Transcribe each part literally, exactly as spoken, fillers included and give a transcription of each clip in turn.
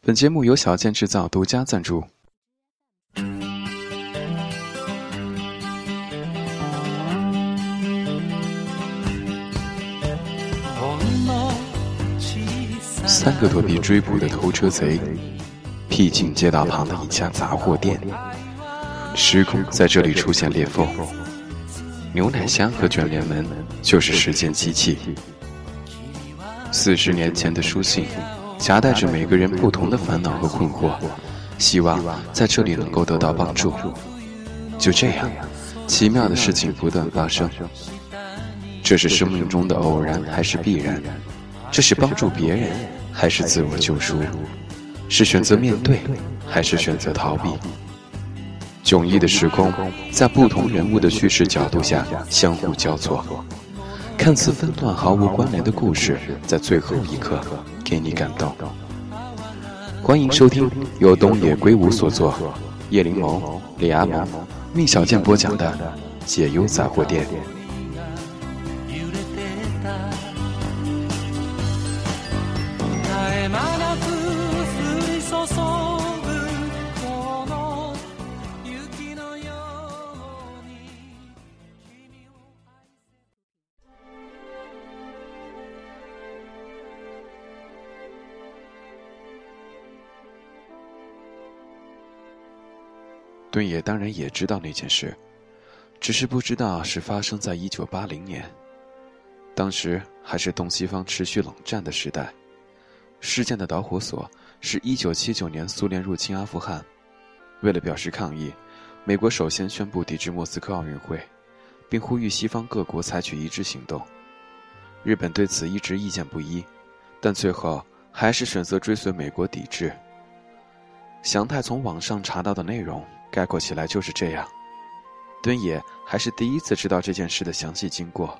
本节目由小健制造独家赞助。三个躲避追捕的偷车贼，僻静街道旁的一家杂货店，时空在这里出现裂缝。牛奶箱和卷帘门就是时间机器。四十年前的书信，夹带着每个人不同的烦恼和困惑，希望在这里能够得到帮助。就这样，奇妙的事情不断发生。这是生命中的偶然还是必然？这是帮助别人还是自我救赎？是选择面对还是选择逃避？迥异的时空在不同人物的叙事角度下相互交错，看似纷乱毫无关联的故事，在最后一刻给你感动。欢迎收听由东野圭吾所作，叶灵萌、李阿萌、命小健播讲的《解忧杂货店》。敦也当然也知道那件事，只是不知道是发生在一九八零年，当时还是东西方持续冷战的时代。事件的导火索是一九七九年苏联入侵阿富汗，为了表示抗议，美国首先宣布抵制莫斯科奥运会，并呼吁西方各国采取一致行动。日本对此一直意见不一，但最后还是选择追随美国抵制。祥太从网上查到的内容概括起来就是这样，敦也还是第一次知道这件事的详细经过。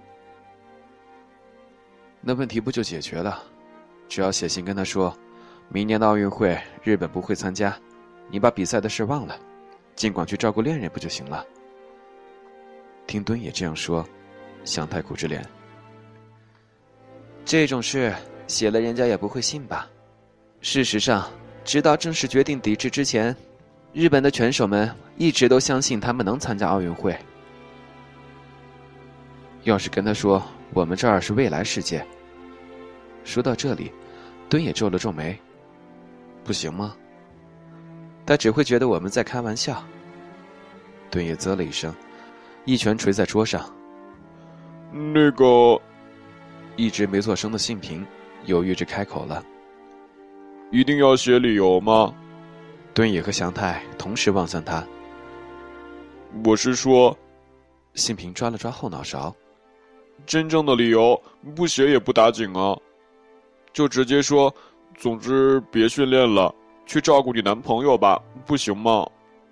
那问题不就解决了？只要写信跟他说，明年的奥运会日本不会参加，你把比赛的事忘了，尽管去照顾恋人不就行了？听敦也这样说，祥太苦着脸，这种事写了人家也不会信吧。事实上，直到正式决定抵制之前，日本的拳手们一直都相信他们能参加奥运会。要是跟他说我们这儿是未来世界。说到这里，敦也皱了皱眉，不行吗？他只会觉得我们在开玩笑。敦也啧了一声，一拳捶在桌上。那个一直没做声的信平犹豫着开口了，一定要写理由吗？敦也和祥太同时望向他。我是说，信平抓了抓后脑勺，真正的理由不写也不打紧啊，就直接说，总之别训练了，去照顾你男朋友吧，不行吗？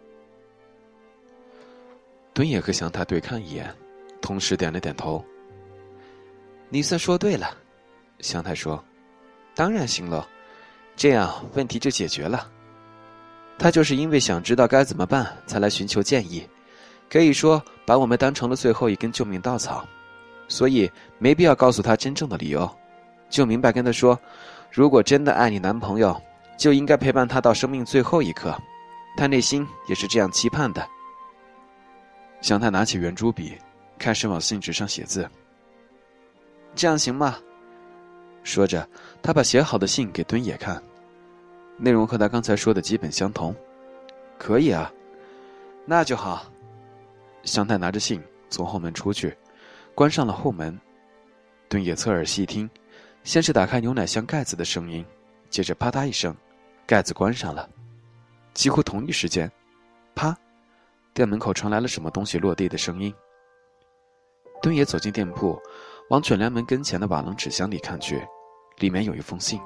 敦也和祥太对看一眼，同时点了点头。你算说对了，祥太说，当然行了，这样问题就解决了。他就是因为想知道该怎么办才来寻求建议，可以说把我们当成了最后一根救命稻草，所以没必要告诉他真正的理由，就明白跟他说，如果真的爱你男朋友，就应该陪伴他到生命最后一刻，他内心也是这样期盼的。祥太拿起圆珠笔，开始往信纸上写字。这样行吗？说着，他把写好的信给敦也看，内容和他刚才说的基本相同。可以啊，那就好。祥太拿着信从后门出去，关上了后门。敦也侧耳细听，先是打开牛奶箱盖子的声音，接着啪嗒一声，盖子关上了。几乎同一时间，啪，店门口传来了什么东西落地的声音。敦也走进店铺，往卷帘门跟前的瓦楞纸箱里看去，里面有一封信。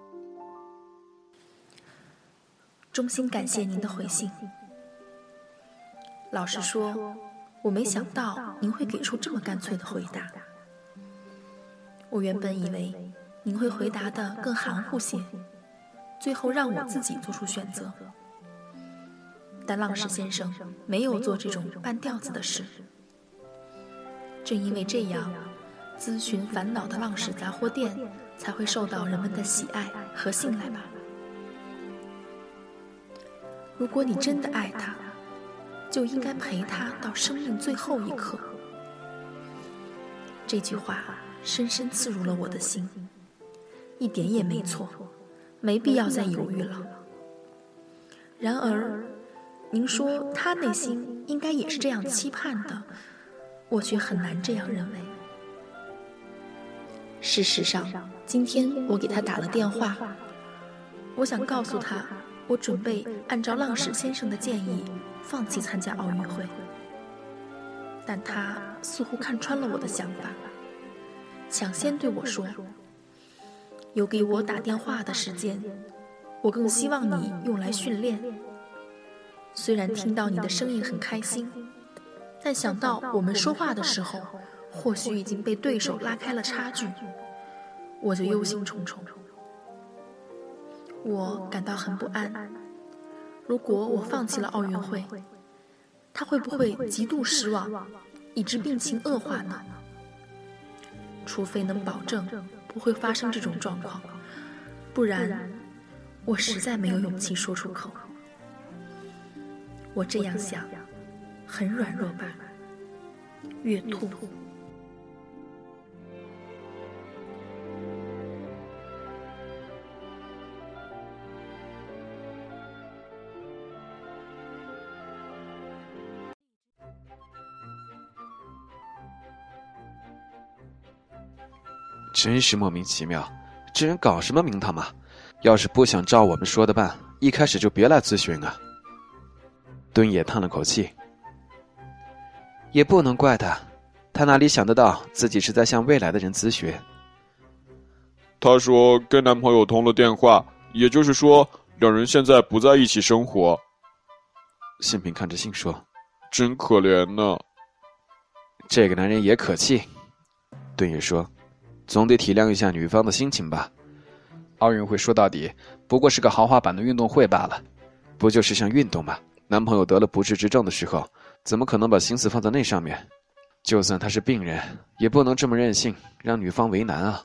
衷心感谢您的回信。老实说，我没想到您会给出这么干脆的回答。我原本以为您会回答得更含糊些，最后让我自己做出选择。但浪士先生没有做这种半吊子的事。正因为这样，咨询烦恼的浪士杂货店才会受到人们的喜爱和信赖吧。 如果你真的爱他，就应该陪他到生命最后一刻。这句话深深刺入了我的心，一点也没错，没必要再犹豫了。然而，您说他内心应该也是这样期盼的，我却很难这样认为。事实上，今天我给他打了电话，我想告诉他，我准备按照浪矢先生的建议，放弃参加奥运会。但他似乎看穿了我的想法，抢先对我说，有给我打电话的时间，我更希望你用来训练。虽然听到你的声音很开心，但想到我们说话的时候，或许已经被对手拉开了差距，我就忧心忡忡。我感到很不安，如果我放弃了奥运会，他会不会极度失望，以致病情恶化呢？除非能保证不会发生这种状况，不然我实在没有勇气说出口。我这样想，很软弱吧？月兔。 真是莫名其妙，这人搞什么名堂嘛？要是不想照我们说的办，一开始就别来咨询啊。敦也叹了口气，也不能怪他，他哪里想得到自己是在向未来的人咨询。 他说跟男朋友通了电话，也就是说两人现在不在一起生活。 信平看着信说， 真可怜呢。 这个男人也可气。敦也说，总得体谅一下女方的心情吧。奥运会说到底不过是个豪华版的运动会罢了，不就是项运动吗？男朋友得了不治之症的时候，怎么可能把心思放在那上面？就算他是病人，也不能这么任性，让女方为难啊。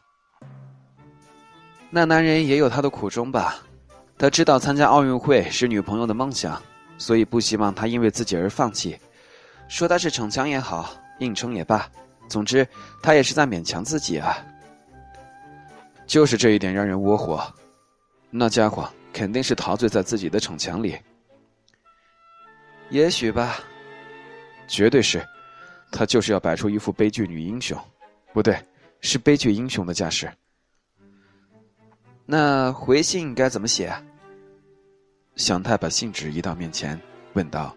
那男人也有他的苦衷吧，他知道参加奥运会是女朋友的梦想，所以不希望她因为自己而放弃。说他是逞强也好，硬撑也罢，总之他也是在勉强自己啊。就是这一点让人窝火，那家伙肯定是陶醉在自己的逞强里。也许吧，绝对是，他就是要摆出一副悲剧女英雄，不对，是悲剧英雄的架势。那回信该怎么写啊？祥太把信纸移到面前，问道。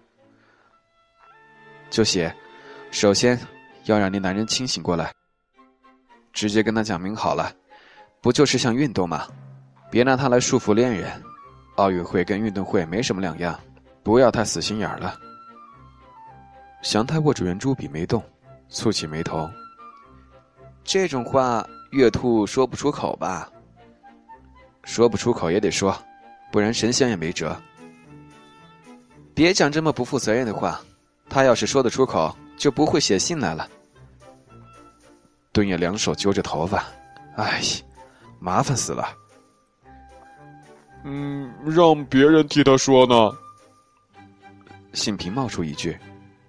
就写，首先要让你男人清醒过来，直接跟他讲明好了，不就是项运动吗？别让他来束缚恋人，奥运会跟运动会没什么两样，不要太死心眼了。祥太握住圆珠笔没动，蹙起眉头。这种话月兔说不出口吧？说不出口也得说，不然神仙也没辙。别讲这么不负责任的话，他要是说得出口，就不会写信来了。敦也两手揪着头发，哎，麻烦死了。 嗯，让别人替他说呢？ 信平冒出一句。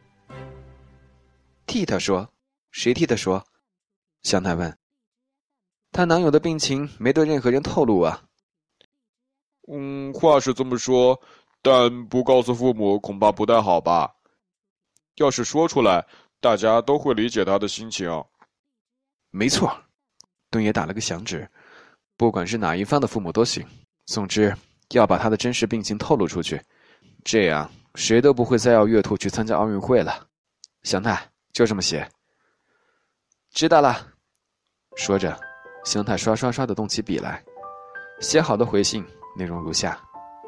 替他说？谁替他说？香太问。她男友的病情没对任何人透露啊。 嗯，话是这么说，但不告诉父母恐怕不太好吧？要是说出来，大家都会理解他的心情。 没错，敦也打了个响指，不管是哪一方的父母都行，总之要把他的真实病情透露出去，这样谁都不会再要月兔去参加奥运会了。祥太，就这么写。知道了。说着，祥太刷刷刷地动起笔来，写好的回信内容如下。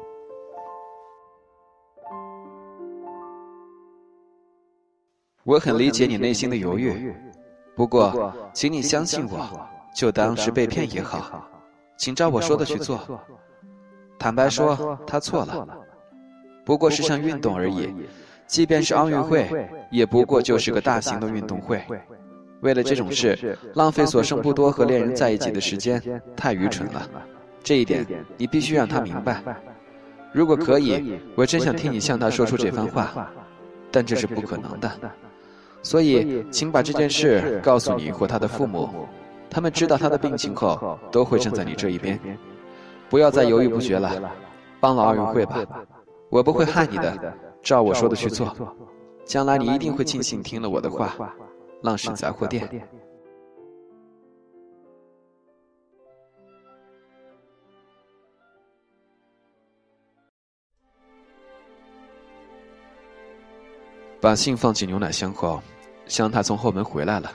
我很理解你内心的犹豫，不过请你相信我，就当是被骗也好，请照我说的去做。坦白说，他错了，不过是项运动而已，即便是奥运会，也不过就是个大型的运动会。为了这种事，浪费所剩不多和恋人在一起的时间，太愚蠢了。这一点你必须让他明白。 如果可以，我真想听你向他说出这番话，但这是不可能的。所以，请把这件事告诉你或他的父母，他们知道他的病情后，都会站在你这一边。不要再犹豫不决了，帮了奥运会吧。我不会害你的，照我说的去做。将来你一定会庆幸听了我的话。浪矢杂货店。把信放进牛奶箱后，香太从后门回来了。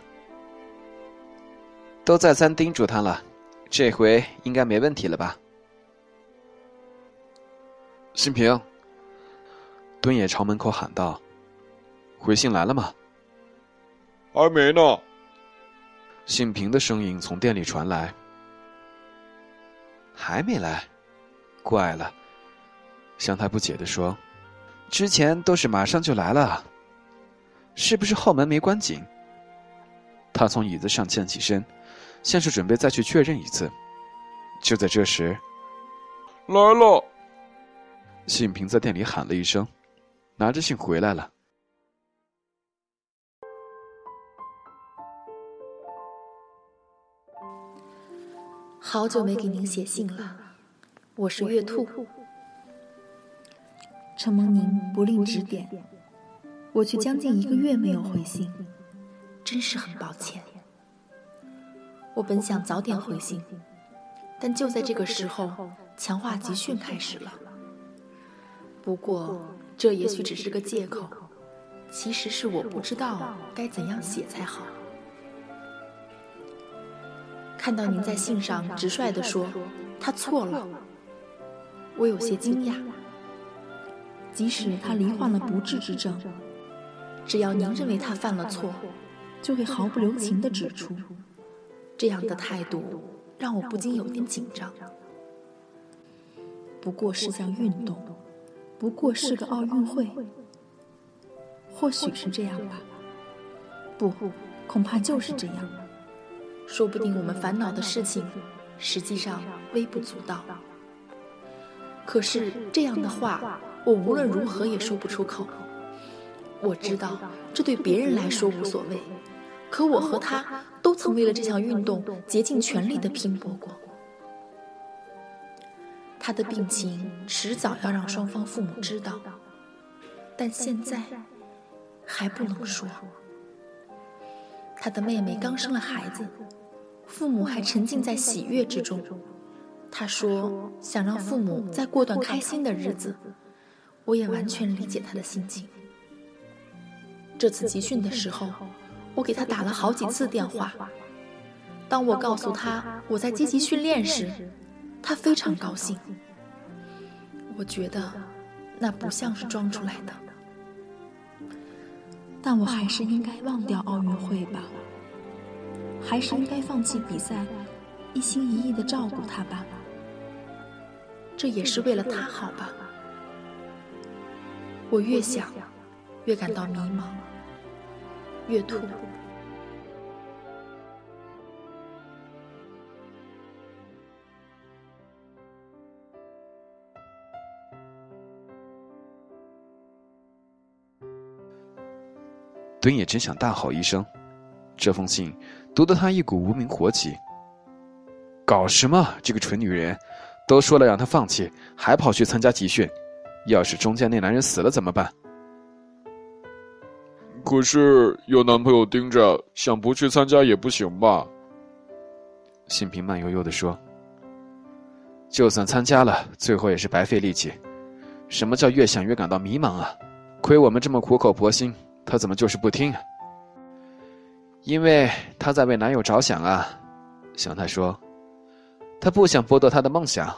都再三叮嘱他了，这回应该没问题了吧？信平，敦也朝门口喊道：“回信来了吗？” 还没呢。 信平的声音从店里传来。还没来？怪了。香太不解地说：“之前都是马上就来了。是不是后门没关紧？”他从椅子上站起身，像是准备再去确认一次。就在这时， 来了！ 信平在店里喊了一声，拿着信回来了。 好久没给您写信了，我是月兔。承蒙您不吝指点，我却将近一个月没有回信，真是很抱歉。我本想早点回信，但就在这个时候，强化集训开始了。不过，这也许只是个借口，其实是我不知道该怎样写才好。看到您在信上直率地说他错了，我有些惊讶。即使他罹患了不治之症，只要您认为他犯了错，就会毫不留情地指出。这样的态度让我不禁有点紧张。不过是项运动，不过是个奥运会，或许是这样吧。不，恐怕就是这样。说不定我们烦恼的事情，实际上微不足道。可是这样的话，我无论如何也说不出口。我知道这对别人来说无所谓，可我和他都曾为了这项运动竭尽全力地拼搏过。他的病情迟早要让双方父母知道，但现在还不能说。他的妹妹刚生了孩子，父母还沉浸在喜悦之中。他说想让父母再过段开心的日子，我也完全理解他的心情。这次集训的时候，我给他打了好几次电话。当我告诉他我在积极训练时，他非常高兴。我觉得那不像是装出来的。但我还是应该忘掉奥运会吧，还是应该放弃比赛，一心一意地照顾他吧。这也是为了他好吧。我越想越感到迷茫。月兔。 敦也真想大吼一声，这封信读得他一股无名火起。搞什么？这个蠢女人，都说了让她放弃，还跑去参加集训，要是中间那男人死了怎么办？ 可是有男朋友盯着，想不去参加也不行吧？ 信平慢悠悠地说。就算参加了，最后也是白费力气。什么叫越想越感到迷茫啊？亏我们这么苦口婆心，他怎么就是不听啊？因为他在为男友着想啊，祥太说。他不想剥夺他的梦想。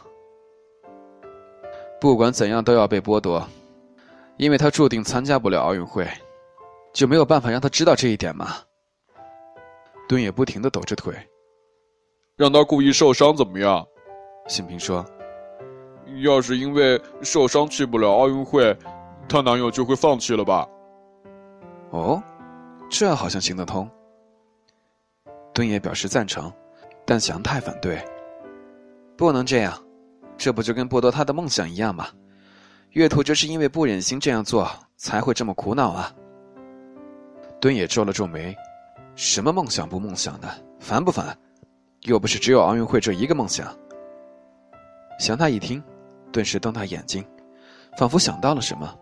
不管怎样都要被剥夺，因为他注定参加不了奥运会，就没有办法让他知道这一点吗？敦也不停地抖着腿。 让他故意受伤怎么样？ 信平说。 要是因为受伤去不了奥运会，她男友就会放弃了吧？ 哦，这好像行得通。敦也表示赞成，但祥太反对。不能这样，这不就跟剥夺他的梦想一样吗？ 月兔就是因为不忍心这样做，才会这么苦恼啊。敦也皱了皱眉，什么梦想不梦想的，烦不烦？又不是只有奥运会这一个梦想。祥太一听，顿时瞪大眼睛，仿佛想到了什么。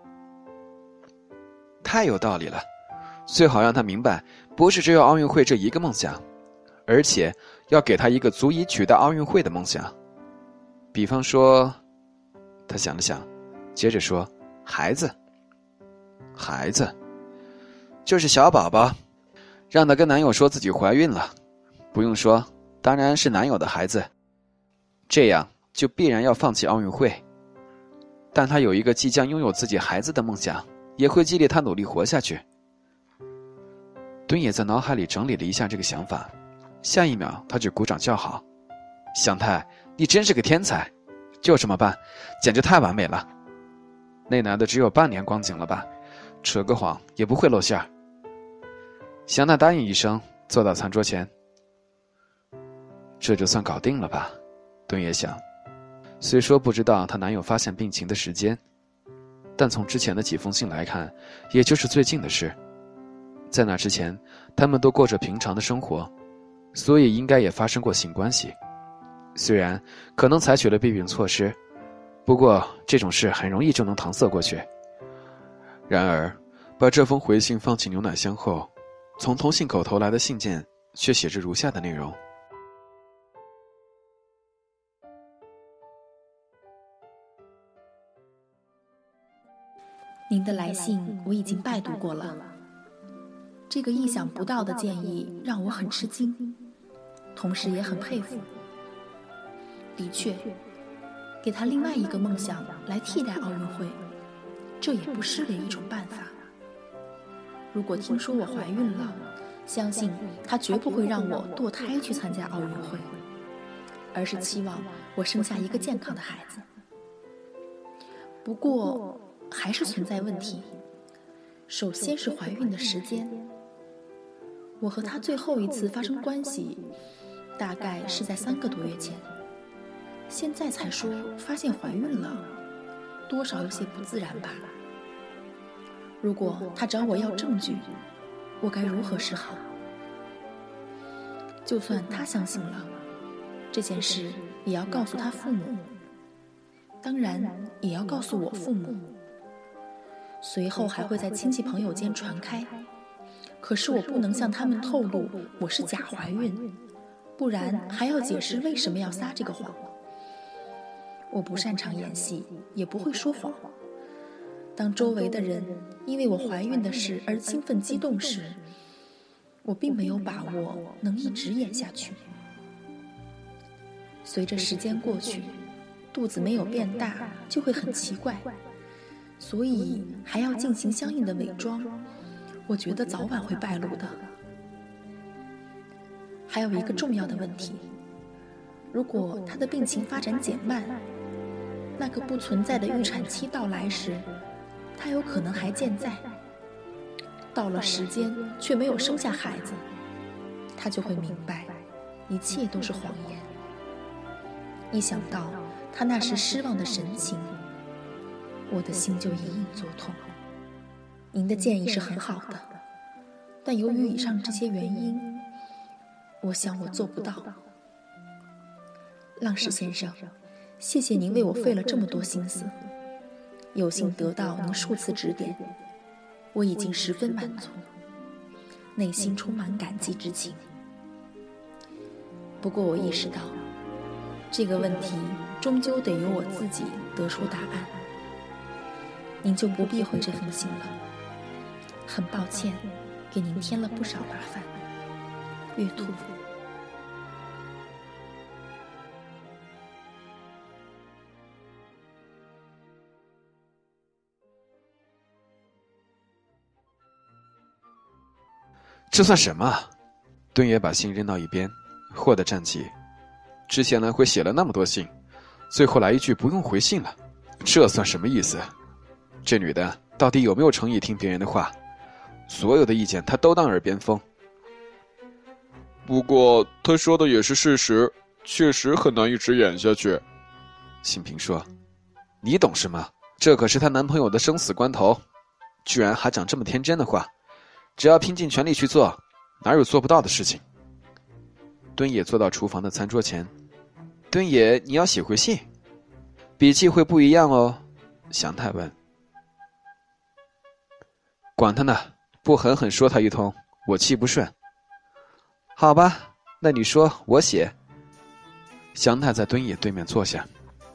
太有道理了，最好让他明白，不是只有奥运会这一个梦想，而且要给他一个足以取代奥运会的梦想。比方说，他想了想，接着说，孩子。孩子就是小宝宝，让她跟男友说自己怀孕了，不用说，当然是男友的孩子，这样就必然要放弃奥运会。但她有一个即将拥有自己孩子的梦想，也会激励她努力活下去。敦也在脑海里整理了一下这个想法，下一秒他就鼓掌叫好。祥太，你真是个天才，就这么办，简直太完美了。那男的只有半年光景了吧，扯个谎也不会露馅儿。祥太答应一声，坐到餐桌前。这就算搞定了吧，敦也想。虽说不知道她男友发现病情的时间，但从之前的几封信来看，也就是最近的事。在那之前，他们都过着平常的生活，所以应该也发生过性关系。虽然可能采取了避孕措施，不过这种事很容易就能搪塞过去。然而，把这封回信放进牛奶箱后，从通信口投来的信件却写着如下的内容： 您的来信我已经拜读过了，这个意想不到的建议让我很吃惊，同时也很佩服。的确，给他另外一个梦想来替代奥运会，这也不失为一种办法。如果听说我怀孕了，相信他绝不会让我堕胎去参加奥运会，而是期望我生下一个健康的孩子。不过还是存在问题，首先是怀孕的时间。我和他最后一次发生关系大概是在三个多月前，现在才说发现怀孕了，多少有些不自然吧。如果他找我要证据，我该如何是好？就算他相信了，这件事也要告诉他父母，当然也要告诉我父母，随后还会在亲戚朋友间传开。可是我不能向他们透露我是假怀孕，不然还要解释为什么要撒这个谎。我不擅长演戏，也不会说谎。当周围的人因为我怀孕的事而兴奋激动时，我并没有把握能一直演下去。随着时间过去，肚子没有变大就会很奇怪，所以还要进行相应的伪装，我觉得早晚会败露的。还有一个重要的问题，如果他的病情发展减慢，那个不存在的预产期到来时，他有可能还健在，到了时间却没有生下孩子，他就会明白一切都是谎言。一想到他那时失望的神情，我的心就隐隐作痛。您的建议是很好的，但由于以上这些原因，我想我做不到。浪矢先生，谢谢您为我费了这么多心思，有幸得到您数次指点，我已经十分满足，内心充满感激之情。不过我意识到，这个问题终究得由我自己得出答案，您就不必回这封信了。很抱歉，给您添了不少麻烦，月兔。 这算什么？敦也把信扔到一边，霍地站起。之前来回写了那么多信，最后来一句不用回信了，这算什么意思？这女的到底有没有诚意听别人的话？所有的意见她都当耳边风。 不过她说的也是事实，确实很难一直演下去。 信平说：“你懂什么？ 这可是她男朋友的生死关头，居然还讲这么天真的话。只要拼尽全力去做，哪有做不到的事情？敦野坐到厨房的餐桌前。敦野，你要写回信，笔记会不一样哦。祥太问。管他呢，不狠狠说他一通，我气不顺。好吧，那你说，我写。祥太在敦野对面坐下。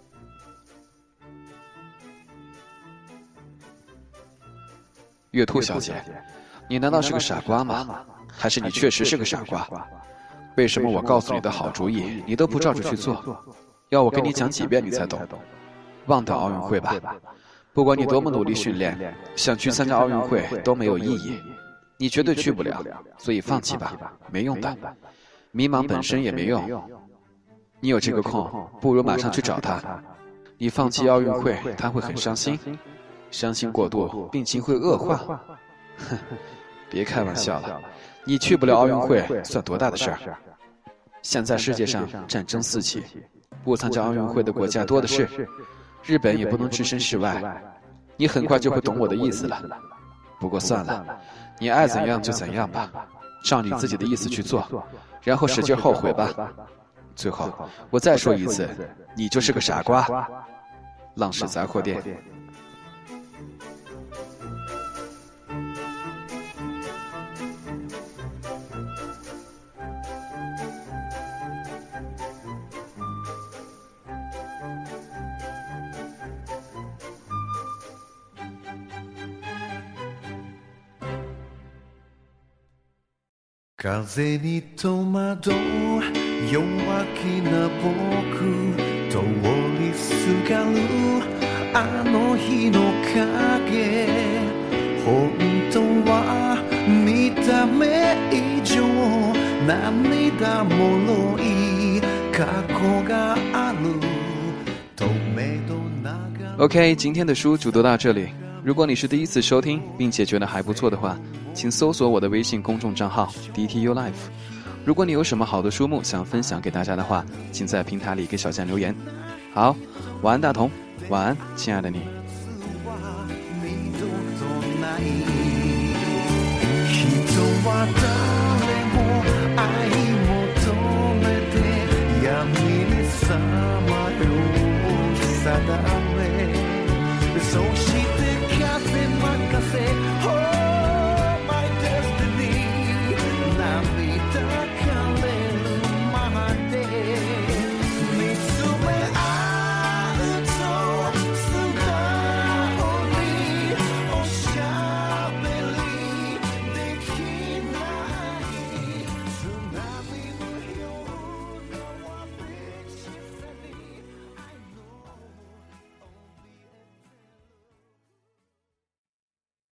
月兔小姐，你难道是个傻瓜吗？还是你确实是个傻瓜？为什么我告诉你的好主意，你都不照着去做？要我跟你讲几遍你才懂？忘掉奥运会吧，不管你多么努力训练，想去参加奥运会都没有意义，你绝对去不了，所以放弃吧，没用的。迷茫本身也没用。你有这个空，不如马上去找他。你放弃奥运会，他会很伤心，伤心过度，病情会恶化。哼，别开玩笑了，你去不了奥运会算多大的事儿？现在世界上战争四起，不参加奥运会的国家多的是，日本也不能置身事外。你很快就会懂我的意思了。不过算了，你爱怎样就怎样吧，照你自己的意思去做，然后使劲后悔吧。最后，我再说一次，你就是个傻瓜。浪矢杂货店。 風に戸惑う弱気な僕通りすがるあの日の影本当は見た目以上涙もろい過去がある透明度長 OK， 今天的书就读到这里。如果你是第一次收听并且觉得还不错的话，请搜索我的微信公众账号 D T U Life。 如果你有什么好的书目想分享给大家的话，请在平台里给小健留言。好，晚安大同，晚安亲爱的你。 人は誰も愛求めて闇にさまよう定めそして風任せ